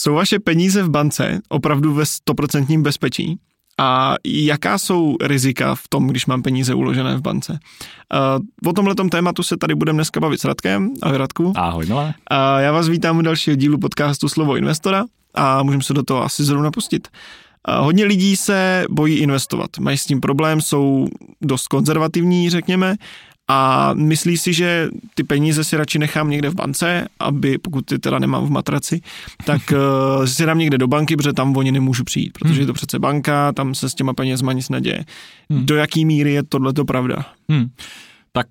Jsou vaše peníze v bance opravdu ve 100% bezpečí? A jaká jsou rizika v tom, když mám peníze uložené v bance? O tomhletom tématu se tady budeme dneska bavit s Radkem. Ahoj Radku. Ahoj Milane. Já vás vítám u dalšího dílu podcastu Slovo investora a můžeme se do toho asi zrovna pustit. Hodně lidí se bojí investovat, mají s tím problém, jsou dost konzervativní, řekněme, a myslí si, že ty peníze si radši nechám někde v bance, aby, pokud ty teda nemám v matraci, tak si dám někde do banky, protože tam oni nemůžu přijít, protože je to přece banka, tam se s těma penězma nic neděje. Do jaký míry je tohleto pravda? Tak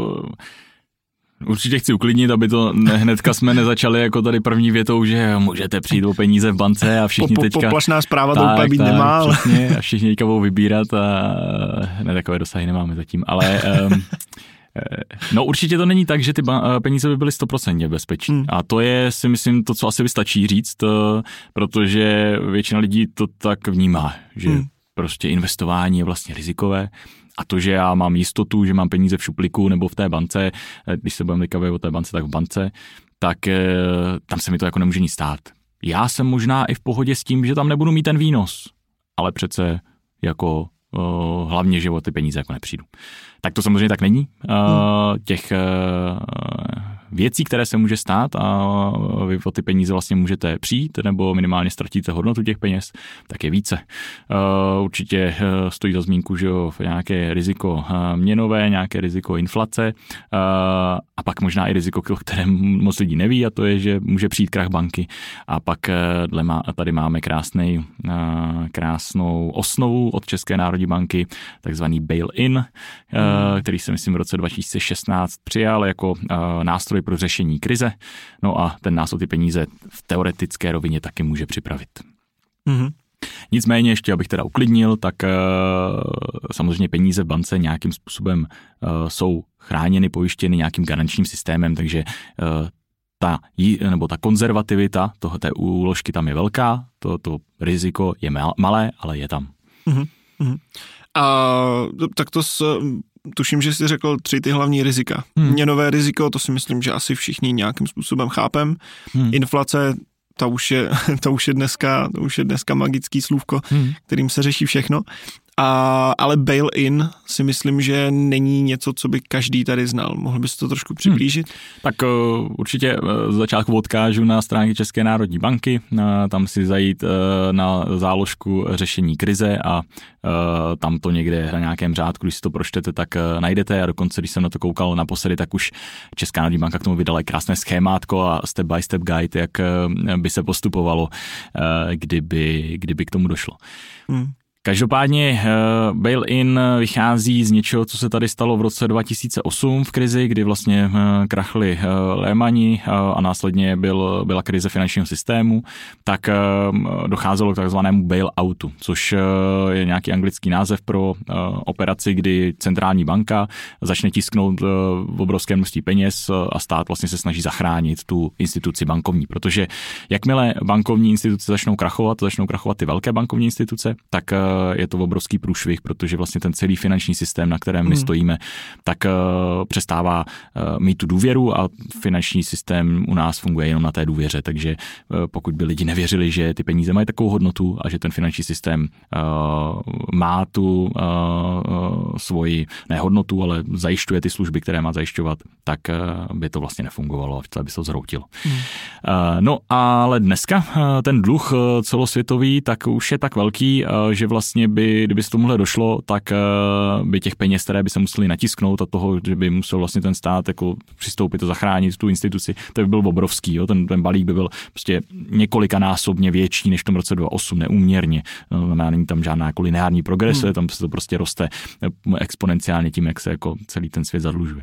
určitě chci uklidnit, aby to hnedka jsme nezačali jako tady první větou, že můžete přijít o peníze v bance a všichni teďka... Poplašná zpráva to úplně být nemá. Ale... Přesně, a všichni teďka budou vybírat a ne, takové dosahy nemáme zatím, ale... No určitě to není tak, že ty peníze by byly 100% bezpečí. A to je, si myslím, to, co asi vystačí říct, protože většina lidí to tak vnímá, že prostě investování je vlastně rizikové. A to, že já mám jistotu, že mám peníze v šuplíku nebo v té bance, když se budeme teďka o té bance, tak v bance, tak tam se mi to jako nemůže nic stát. Já jsem možná i v pohodě s tím, že tam nebudu mít ten výnos, ale přece jako hlavně, že o ty peníze jako nepřijdu. Tak to samozřejmě tak není. Těch věcí, které se může stát a vy o ty peníze vlastně můžete přijít nebo minimálně ztratíte hodnotu těch peněz, tak je více. Určitě stojí za zmínku, že nějaké riziko měnové, nějaké riziko inflace a pak možná i riziko, které moc lidí neví, a to je, že může přijít krach banky. A pak tady máme krásnou osnovu od České národní banky, takzvaný bail-in, který se myslím v roce 2016 přijal jako nástroj pro řešení krize. No a ten nás o ty peníze v teoretické rovině taky může připravit. Nicméně ještě, abych teda uklidnil, tak samozřejmě peníze v bance nějakým způsobem jsou chráněny, pojištěny nějakým garančním systémem, takže ta konzervativita té úložky tam je velká, to riziko je malé, ale je tam. A tak to tuším, že jsi řekl 3 ty hlavní rizika. Měnové riziko, to si myslím, že asi všichni nějakým způsobem chápem. Inflace, to už je dneska magický slůvko, kterým se řeší všechno. Ale bail-in si myslím, že není něco, co by každý tady znal. Mohl bys to trošku přiblížit? Tak určitě z začátku odkážu na stránky České národní banky, tam si zajít na záložku řešení krize a tam to někde na nějakém řádku, když si to pročtete, tak najdete, a dokonce, když jsem na to koukal naposledy, tak už Česká národní banka k tomu vydala krásné schémátko a step by step guide, jak by se postupovalo, kdyby k tomu došlo. Každopádně bail-in vychází z něčeho, co se tady stalo v roce 2008 v krizi, kdy vlastně krachli Lehmani a následně byla krize finančního systému, tak docházelo k takzvanému bail-outu, což je nějaký anglický název pro operaci, kdy centrální banka začne tisknout obrovské množství peněz a stát vlastně se snaží zachránit tu instituci bankovní, protože jakmile bankovní instituce začnou krachovat ty velké bankovní instituce, tak je to obrovský průšvih, protože vlastně ten celý finanční systém, na kterém my stojíme, tak přestává mít tu důvěru a finanční systém u nás funguje jenom na té důvěře, takže pokud by lidi nevěřili, že ty peníze mají takovou hodnotu a že ten finanční systém má tu svoji nehodnotu, ale zajišťuje ty služby, které má zajišťovat, tak by to vlastně nefungovalo a celé by se to zhroutilo. No ale dneska ten dluh celosvětový tak už je tak velký, že vlastně kdyby se tomuhle došlo, tak by těch peněz, které by se museli natisknout a toho, že by musel vlastně ten stát jako přistoupit a zachránit tu instituci, to by byl obrovský. Jo? Ten balík by byl prostě několikanásobně větší než v tom roce 2008, neúměrně. Není tam žádná jako lineární progrese, tam se to prostě roste exponenciálně tím, jak se jako celý ten svět zadlužuje.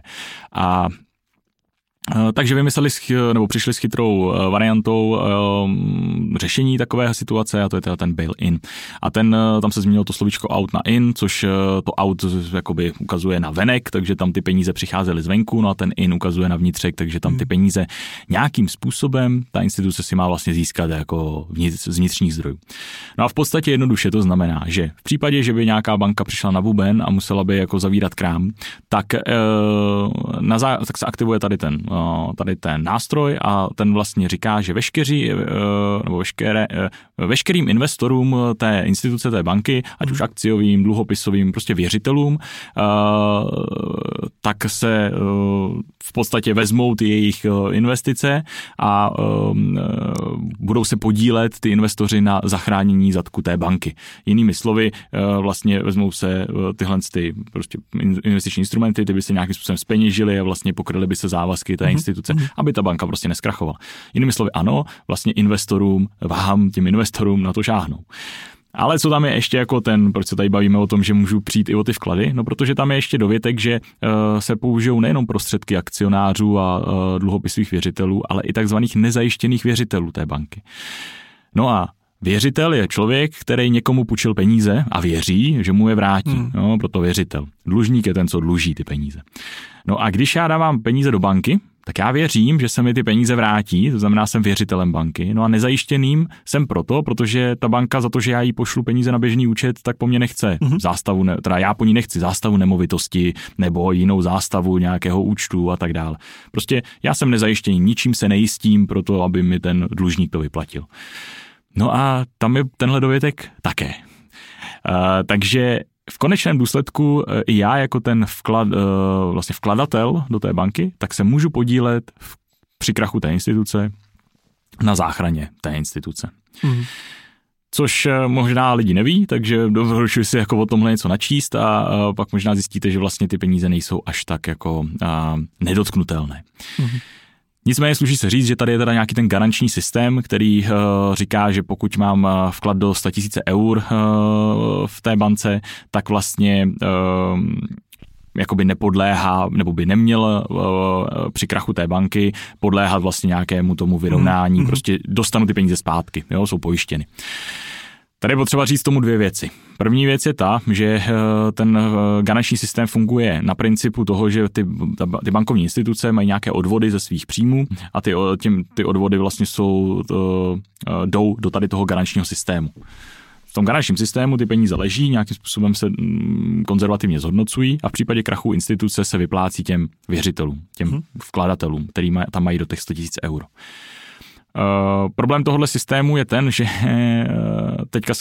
Takže vymysleli nebo přišli s chytrou variantou řešení takové situace, a to je teda ten bail-in. A tam se změnilo to slovíčko out na in, což to out jakoby ukazuje na venek, takže tam ty peníze přicházely zvenku, no a ten in ukazuje na vnitřek, takže tam ty peníze nějakým způsobem ta instituce si má vlastně získat jako z vnitřních zdrojů. No a v podstatě jednoduše to znamená, že v případě, že by nějaká banka přišla na buben a musela by jako zavírat krám, tak se aktivuje tady ten tady ten nástroj a ten vlastně říká, že veškerým investorům té instituce, té banky, ať už akciovým, dluhopisovým, prostě věřitelům, tak se v podstatě vezmou ty jejich investice a budou se podílet ty investoři na zachránění zadku té banky. Jinými slovy, vlastně vezmou se tyhle ty prostě investiční instrumenty, ty by se nějakým způsobem zpeněžily a vlastně pokryly by se závazky té instituce, aby ta banka prostě neskrachovala. Jinými slovy, ano, vlastně těm investorům na to šáhnou. Ale co tam je ještě jako proč se tady bavíme o tom, že můžu přijít i o ty vklady? No protože tam je ještě dovětek, že se použijou nejenom prostředky akcionářů a dluhopisových věřitelů, ale i takzvaných nezajištěných věřitelů té banky. No a věřitel je člověk, který někomu půjčil peníze a věří, že mu je vrátí. No, proto věřitel. Dlužník je ten, co dluží ty peníze. No a když já dávám peníze do banky, tak já věřím, že se mi ty peníze vrátí, to znamená, jsem věřitelem banky. No a nezajištěným jsem protože ta banka za to, že já jí pošlu peníze na běžný účet, tak po mně nechce zástavu, teda já po ní nechci zástavu nemovitosti nebo jinou zástavu nějakého účtu a tak dále. Prostě já jsem nezajištěný, ničím se nejistím pro to, aby mi ten dlužník to vyplatil. No a tam je tenhle dovětek také. Takže v konečném důsledku i já jako ten vlastně vkladatel do té banky, tak se můžu podílet při krachu té instituce na záchraně té instituce. Což možná lidi neví, takže doporučuji si jako o tomhle něco načíst a pak možná zjistíte, že vlastně ty peníze nejsou až tak jako nedotknutelné. Nicméně sluší se říct, že tady je teda nějaký ten garanční systém, který říká, že pokud mám vklad do 100 000 eur v té bance, tak vlastně jakoby nepodléhá, nebo by neměl při krachu té banky podléhat vlastně nějakému tomu vyrovnání, prostě dostanu ty peníze zpátky, jo, jsou pojištěny. Tady je potřeba říct tomu dvě věci. První věc je ta, že ten garanční systém funguje na principu toho, že ty bankovní instituce mají nějaké odvody ze svých příjmů a ty odvody vlastně jdou do tady toho garančního systému. V tom garančním systému ty peníze leží, nějakým způsobem se konzervativně zhodnocují a v případě krachu instituce se vyplácí těm věřitelům, těm vkladatelům, který tam mají do těch 100 000 euro. Problém tohohle systému je ten, že teďka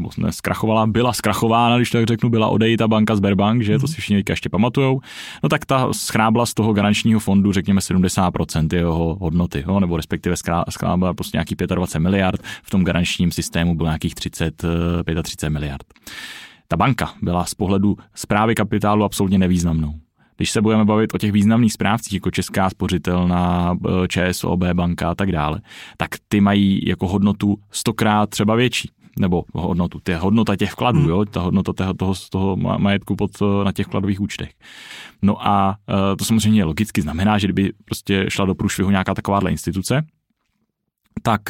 byla zkrachována, když tak řeknu, byla odejita banka Sberbank, že to si všichni teďka ještě pamatujou, no tak ta schrábla z toho garančního fondu, řekněme 70% jeho hodnoty, jo, nebo respektive schrábla prostě nějakých 25 miliard, v tom garančním systému bylo nějakých 35 miliard. Ta banka byla z pohledu správy kapitálu absolutně nevýznamnou. Když se budeme bavit o těch významných správcích, jako Česká spořitelná, ČSOB banka a tak dále, tak ty mají jako hodnotu 100krát třeba větší. Nebo hodnota těch vkladů, jo? Ta hodnota toho majetku na těch vkladových účtech. No a to samozřejmě logicky znamená, že kdyby prostě šla do průšvihu nějaká takováhle instituce, tak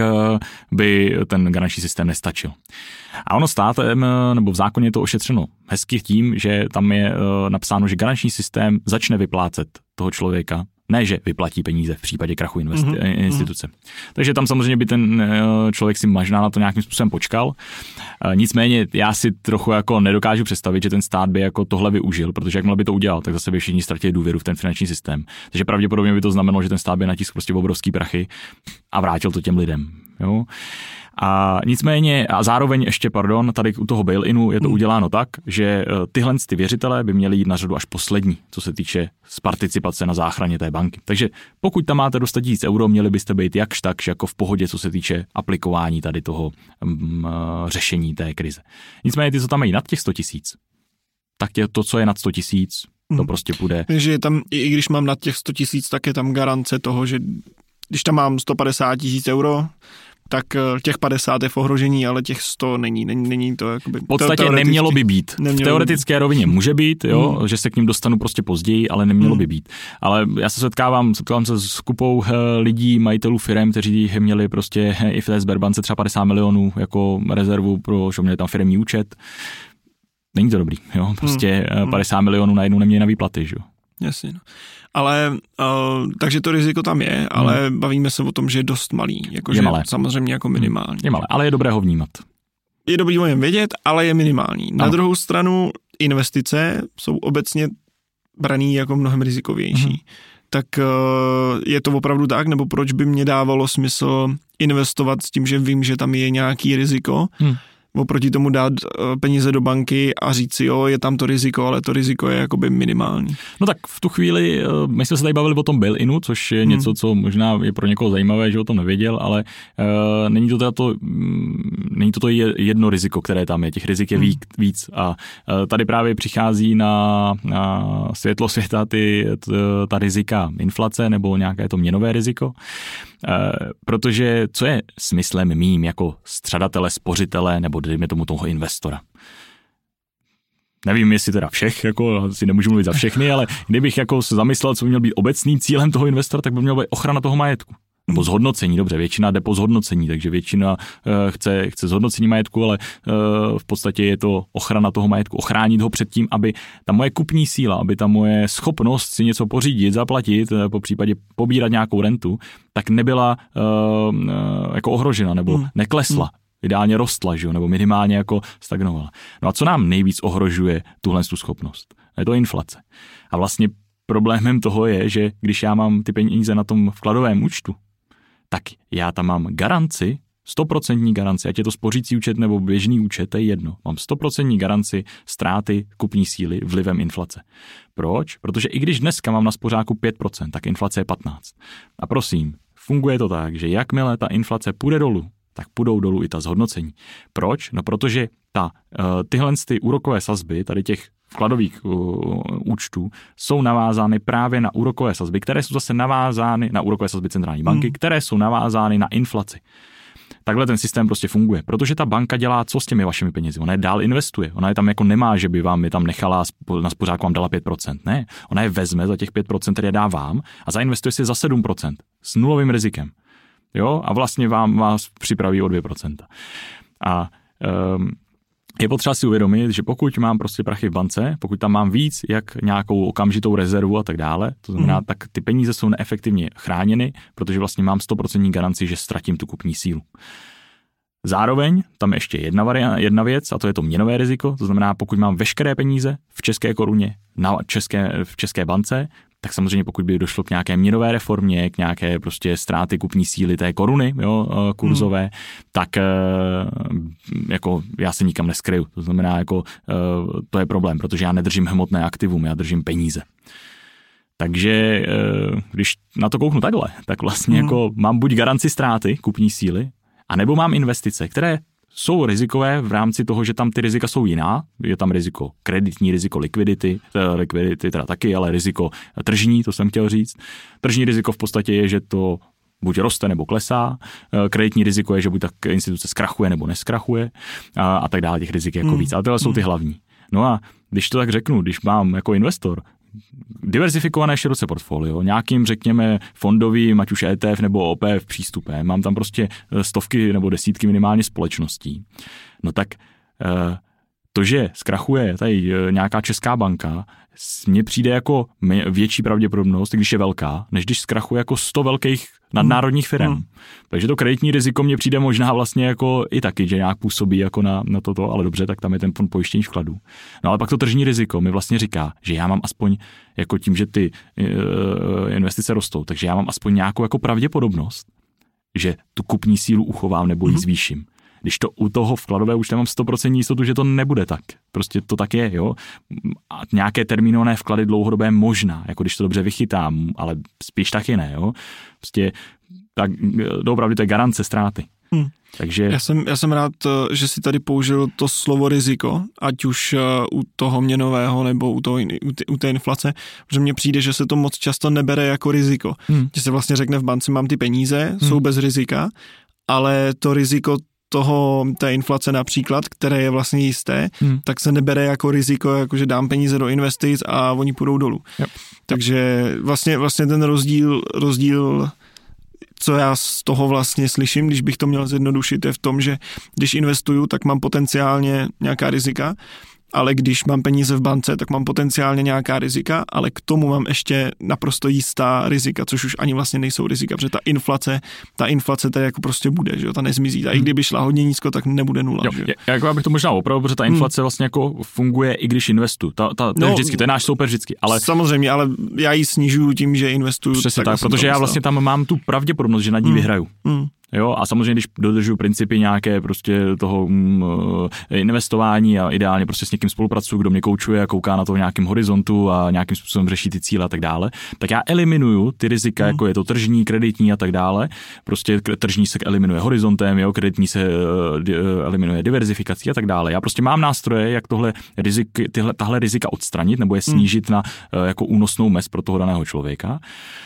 by ten garanční systém nestačil. A ono státem, nebo v zákoně je to ošetřeno hezky tím, že tam je napsáno, že garanční systém začne vyplácet toho člověka, ne, že vyplatí peníze v případě krachu instituce. Takže tam samozřejmě by ten člověk si možná na to nějakým způsobem počkal. Nicméně já si trochu jako nedokážu představit, že ten stát by jako tohle využil, protože jakmile by to udělal, tak zase by všichni ztratili důvěru v ten finanční systém. Takže pravděpodobně by to znamenalo, že ten stát by natisk prostě obrovský prachy a vrátil to těm lidem. Jo? A nicméně, a zároveň ještě, tady u toho bail-inu je to uděláno tak, že tyhle ty věřitelé by měli jít na řadu až poslední, co se týče z participace na záchraně té banky. Takže pokud tam máte do 100 000 euro, měli byste být jakž takž jako v pohodě, co se týče aplikování tady toho řešení té krize. Nicméně ty, co tam mají nad těch 100 000, tak to, co je nad 100 000, to prostě půjde. Takže je tam, i když mám nad těch 100 000, tak je tam garance toho, že když tam mám 150 000 euro, tak těch 50 je v ohrožení, ale těch 100 není to jakoby... V podstatě nemělo by být. V teoretické rovině může být, jo, že se k ním dostanu prostě později, ale nemělo by být. Ale já se setkávám se s kupou lidí, majitelů firem, kteří měli prostě i v té Sberbance třeba 50 milionů jako rezervu, že měli tam firemní účet. Není to dobrý, jo, prostě 50 milionů najednou neměli na výplaty, že jo. Jasně, no. Ale, takže to riziko tam je, ale bavíme se o tom, že je dost malý, jakože samozřejmě jako minimální. Je malé, ale je dobré ho vnímat. Je dobrý o něm vědět, ale je minimální. Na druhou stranu investice jsou obecně braný jako mnohem rizikovější. Tak je to opravdu tak, nebo proč by mě dávalo smysl investovat s tím, že vím, že tam je nějaký riziko, oproti tomu dát peníze do banky a říct si, jo, je tam to riziko, ale to riziko je jakoby minimální. No tak v tu chvíli, my jsme se tady bavili o tom bail-inu, což je něco, co možná je pro někoho zajímavé, že o tom nevěděl, ale není to jedno riziko, které tam je, těch rizik je víc a tady právě přichází na světlo světa ta rizika inflace nebo nějaké to měnové riziko, protože co je smyslem mým jako střadatele, spořitele nebo dejme tomu toho investora? Nevím, jestli teda všech, jako si nemůžu mluvit za všechny, ale kdybych jako se zamyslel, co by měl být obecným cílem toho investora, tak by měl být ochrana toho majetku. Nebo zhodnocení, dobře, většina jde po zhodnocení, takže většina chce zhodnocení majetku, ale v podstatě je to ochrana toho majetku, ochránit ho před tím, aby ta moje kupní síla, aby ta moje schopnost si něco pořídit, zaplatit, po případě pobírat nějakou rentu, tak nebyla jako ohrožena nebo neklesla. Ideálně rostla, že jo, nebo minimálně jako stagnovala. No a co nám nejvíc ohrožuje tu schopnost? Je to inflace. A vlastně problémem toho je, že když já mám ty peníze na tom vkladovém účtu, tak já tam mám garanci, 100% garanci, ať je to spořící účet nebo běžný účet, to je jedno. Mám 100% garanci ztráty kupní síly vlivem inflace. Proč? Protože i když dneska mám na spořáku 5%, tak inflace je 15%. A prosím, funguje to tak, že jakmile ta inflace půjde dolů, tak půjdou dolů i ta zhodnocení. Proč? No protože tyhle úrokové sazby, tady těch vkladových účtů, jsou navázány právě na úrokové sazby, které jsou zase navázány na úrokové sazby centrální banky, které jsou navázány na inflaci. Takhle ten systém prostě funguje, protože ta banka dělá co s těmi vašimi penězi? Ona je dál investuje, ona je tam jako nemá, že by vám je tam nechala na spořáku vám dala 5%, ne, ona je vezme za těch 5%, které dá vám a zainvestuje si za 7% s nulovým rizikem. Jo, a vlastně vás připraví o 2%. A je potřeba si uvědomit, že pokud mám prostě prachy v bance, pokud tam mám víc jak nějakou okamžitou rezervu a tak dále, to znamená, tak ty peníze jsou neefektivně chráněny, protože vlastně mám 100% garanci, že ztratím tu kupní sílu. Zároveň tam ještě jedna věc, a to je to měnové riziko, to znamená, pokud mám veškeré peníze v české koruně v české bance, tak samozřejmě pokud by došlo k nějaké měnové reformě, k nějaké prostě ztráty kupní síly té koruny, jo, kurzové, tak jako já se nikam neskryju. To znamená, jako to je problém, protože já nedržím hmotné aktivum, já držím peníze. Takže když na to kouknu takhle, tak vlastně jako mám buď garanci ztráty kupní síly, anebo mám investice, které jsou rizikové v rámci toho, že tam ty rizika jsou jiná. Je tam riziko kreditní, riziko likvidity teda taky, ale riziko tržní, to jsem chtěl říct. Tržní riziko v podstatě je, že to buď roste nebo klesá. Kreditní riziko je, že buď tak instituce zkrachuje nebo neskrachuje a tak dále, těch rizik jako víc. Ale tohle jsou ty hlavní. No a když to tak řeknu, když mám jako investor diverzifikované široce portfolio, nějakým, řekněme, fondovým, ať už ETF nebo OPF přístupem, mám tam prostě stovky nebo desítky minimálně společností, no tak to, že zkrachuje tady nějaká česká banka, mně přijde jako větší pravděpodobnost, když je velká, než když zkrachuje jako 100 velkých nadnárodních firm. Takže to kreditní riziko mně přijde možná vlastně jako i taky, že nějak působí jako na toto, ale dobře, tak tam je ten fond pojištění vkladů. No ale pak to tržní riziko mi vlastně říká, že já mám aspoň jako tím, že ty investice rostou, takže já mám aspoň nějakou jako pravděpodobnost, že tu kupní sílu uchovám nebo ji zvýším. Když to u toho vkladového účtu mám 100% jistotu, že to nebude tak. Prostě to tak je, jo. A nějaké termínované vklady dlouhodobé možná, jako když to dobře vychytám, ale spíš taky ne, jo. Prostě tak doopravdy to je garance ztráty. Takže já jsem rád, že si tady použil to slovo riziko, ať už u toho měnového nebo u té inflace, protože mně přijde, že se to moc často nebere jako riziko. Že se vlastně řekne v bance, mám ty peníze, jsou bez rizika, ale to riziko té inflace například, které je vlastně jisté, tak se nebere jako riziko, jakože dám peníze do investic a oni půjdou dolů. Yep. Takže vlastně ten rozdíl, co já z toho vlastně slyším, když bych to měl zjednodušit, je v tom, že když investuju, tak mám potenciálně nějaká rizika ale když mám peníze v bance, tak mám potenciálně nějaká rizika, ale k tomu mám ještě naprosto jistá rizika, což už ani vlastně nejsou rizika, protože ta inflace tady jako prostě bude, že jo, ta nezmizí. A i kdyby šla hodně nízko, tak nebude nula. Jo, jako abych to možná opravdu, protože ta inflace vlastně jako funguje, i když investuju. To je vždycky, to je náš soupeř vždycky. Ale samozřejmě, ale já ji snižuju tím, že investuju. Přesně tak, protože já vlastně tam mám tu pravděpodobnost, že nad ní vyhraju. Jo, a samozřejmě, když dodržuju principy nějaké prostě toho investování a ideálně prostě s někým spolupracuju, kdo mě koučuje a kouká na to v nějakém horizontu a nějakým způsobem řeší ty cíle a tak dále, tak já eliminuju ty rizika, jako je to tržní, kreditní a tak dále. Prostě tržní se eliminuje horizontem, jo, kreditní se eliminuje diverzifikací a tak dále. Já prostě mám nástroje, jak tahle rizika odstranit nebo je snížit na jako únosnou mez pro toho daného člověka.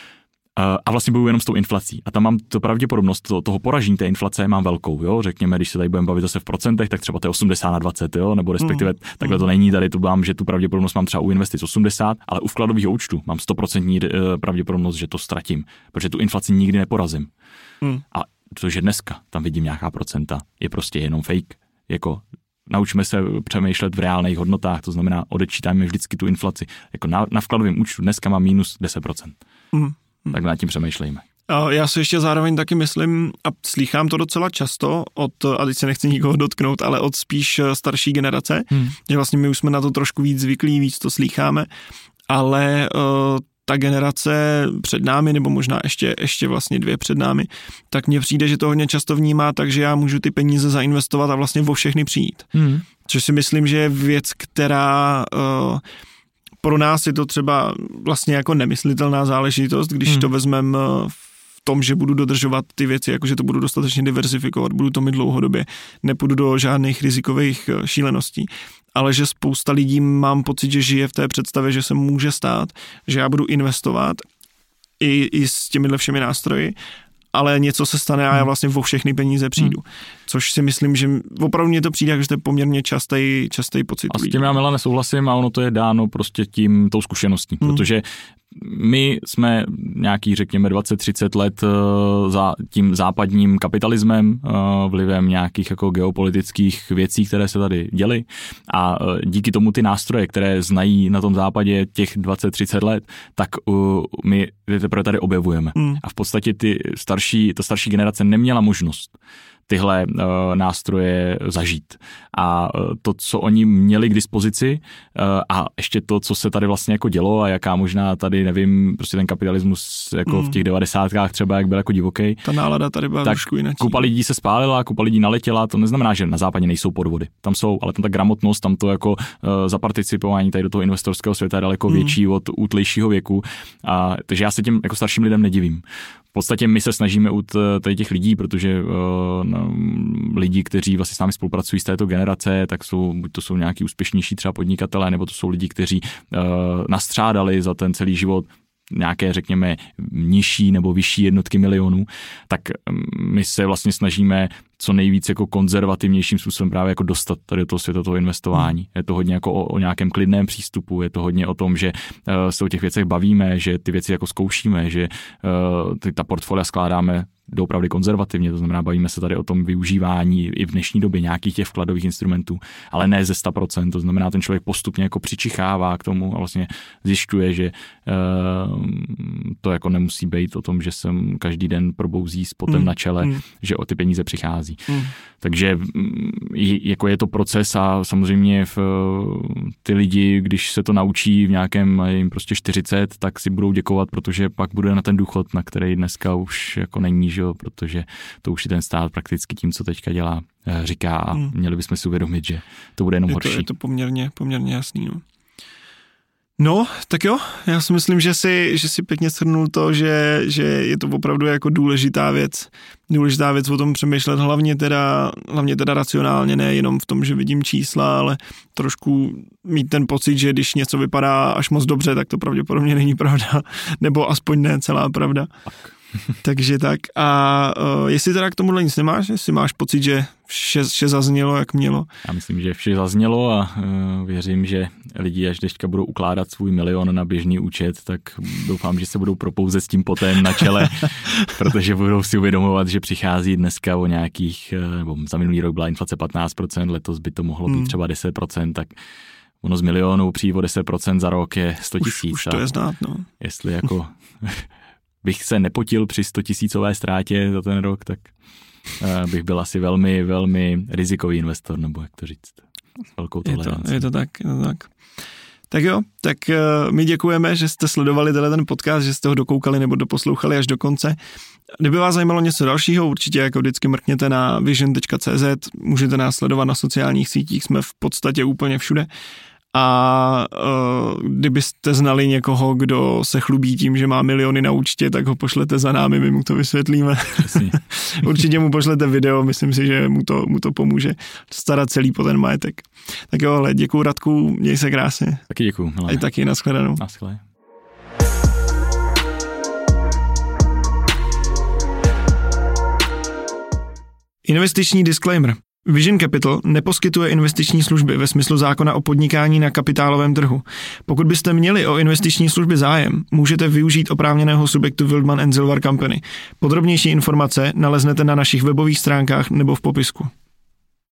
A vlastně bojuji jenom s tou inflací. A tam mám to pravděpodobnost toho poražení té inflace mám velkou, jo. Řekněme, když se tady budeme bavit zase v procentech, tak třeba to je 80/20, jo, nebo respektive takhle to není, tady tu mám, že tu pravděpodobnost mám třeba u investic 80, ale u vkladového účtu mám 100% pravděpodobnost, že to ztratím, protože tu inflaci nikdy neporazím. A to, že dneska tam vidím nějaká procenta, je prostě jenom fake. Jako naučíme se přemýšlet v reálných hodnotách, to znamená, odečítáme vždycky tu inflaci. Jako na vkladovém účtu dneska mám minus 10%. Tak nad tím přemýšlejme. Já si ještě zároveň taky myslím, a slýchám to docela často a teď se nechci nikoho dotknout, ale od spíš starší generace, že vlastně my už jsme na to trošku víc zvyklí, víc to slýcháme, ale ta generace před námi, nebo možná ještě vlastně 2 před námi, tak mně přijde, že to hodně často vnímá, takže já můžu ty peníze zainvestovat a vlastně o všechny přijít. Což si myslím, že je věc, která pro nás je to třeba vlastně jako nemyslitelná záležitost, když to vezmeme v tom, že budu dodržovat ty věci, jakože to budu dostatečně diverzifikovat, budu to mít dlouhodobě, nepůjdu do žádných rizikových šíleností. Ale že spousta lidí mám pocit, že žije v té představě, že se může stát, že já budu investovat i s těmihle všemi nástroji, ale něco se stane a já vlastně o všechny peníze přijdu. Což si myslím, že opravdu mě to přijde, jako že to je poměrně častý pocit. A s tím já, Mila, nesouhlasím a ono to je dáno prostě tou zkušeností, protože my jsme nějaký, řekněme, 20-30 let za tím západním kapitalismem, vlivem nějakých jako geopolitických věcí, které se tady děly a díky tomu ty nástroje, které znají na tom západě těch 20-30 let, tak my teprve tady objevujeme. A v podstatě ta starší generace neměla možnost tyhle nástroje zažít. A to, co oni měli k dispozici a ještě to, co se tady vlastně jako dělo a jaká možná tady, nevím, prostě ten kapitalismus jako v těch 90kách třeba, jak byl jako divoký. Ta nálada tady byla trošku jinak. Kupa lidí se spálila, kupa lidí naletěla, to neznamená, že na západě nejsou podvody. Tam jsou, ale tam ta gramotnost, tam to jako zaparticipování tady do toho investorského světa je daleko větší od útlejšího věku. Takže já se těm jako starším lidem nedivím. V podstatě my se snažíme u těch lidí, protože lidi, kteří vlastně s námi spolupracují z této generace, tak buď to jsou nějaký úspěšnější třeba podnikatelé, nebo to jsou lidi, kteří nastřádali za ten celý život nějaké, řekněme, nižší nebo vyšší jednotky milionů, tak my se vlastně snažíme co nejvíc jako konzervativnějším způsobem právě jako dostat tady do toho světa toho investování. Je to hodně jako o nějakém klidném přístupu, je to hodně o tom, že se o těch věcech bavíme, že ty věci jako zkoušíme, že ta portfolia skládáme doopravdy konzervativně, to znamená, bavíme se tady o tom využívání i v dnešní době nějakých těch vkladových instrumentů, ale ne ze 100%, to znamená, ten člověk postupně jako přičichává k tomu a vlastně zjišťuje, že to jako nemusí být o tom, že se každý den probouzí s potem na čele, že o ty peníze přichází. Takže jako je to proces a samozřejmě ty lidi, když se to naučí v nějakém jim prostě 40, tak si budou děkovat, protože pak bude na ten důchod, na který dneska už jako není, že jo, protože to už je ten stát prakticky tím, co teďka dělá, říká a měli bychom si uvědomit, že to bude jenom horší. Je to poměrně jasný, no. No, tak jo, já si myslím, že si pěkně shrnul to, že je to opravdu jako důležitá věc o tom přemýšlet, hlavně teda racionálně, ne jenom v tom, že vidím čísla, ale trošku mít ten pocit, že když něco vypadá až moc dobře, tak to pravděpodobně není pravda, nebo aspoň ne celá pravda. Takže tak a jestli teda k tomuhle nic nemáš, jestli máš pocit, že vše zaznělo, jak mělo. Já myslím, že vše zaznělo a věřím, že lidi, až teďka budou ukládat svůj milion na běžný účet, tak doufám, že se budou propouzet s tím potem na čele, protože budou si uvědomovat, že přichází dneska o nějakých, nebo za minulý rok byla inflace 15%, letos by to mohlo být třeba 10%, tak ono z milionu přijít o 10% za rok je 100 000. Už to je znát, no. Jestli jako bych se nepotil při 100 000 ztrátě za ten rok, tak bych byl asi velmi, velmi rizikový investor, nebo jak to říct, s velkou tolerancí. Je to tak. Tak jo, tak my děkujeme, že jste sledovali ten podcast, že jste ho dokoukali nebo doposlouchali až do konce. Kdyby vás zajímalo něco dalšího, určitě jako vždycky mrkněte na vision.cz, můžete nás sledovat na sociálních sítích, jsme v podstatě úplně všude. A kdybyste znali někoho, kdo se chlubí tím, že má miliony na účtě, tak ho pošlete za námi, my mu to vysvětlíme. Určitě mu pošlete video, myslím si, že mu to pomůže starat celý po ten majetek. Tak jo, ale děkuju Radku, měj se krásně. Taky děkuju. A taky nashledanou. Naschle. Investiční disclaimer. Vision Capital neposkytuje investiční služby ve smyslu zákona o podnikání na kapitálovém trhu. Pokud byste měli o investiční služby zájem, můžete využít oprávněného subjektu Wildman & Silver Company. Podrobnější informace naleznete na našich webových stránkách nebo v popisku.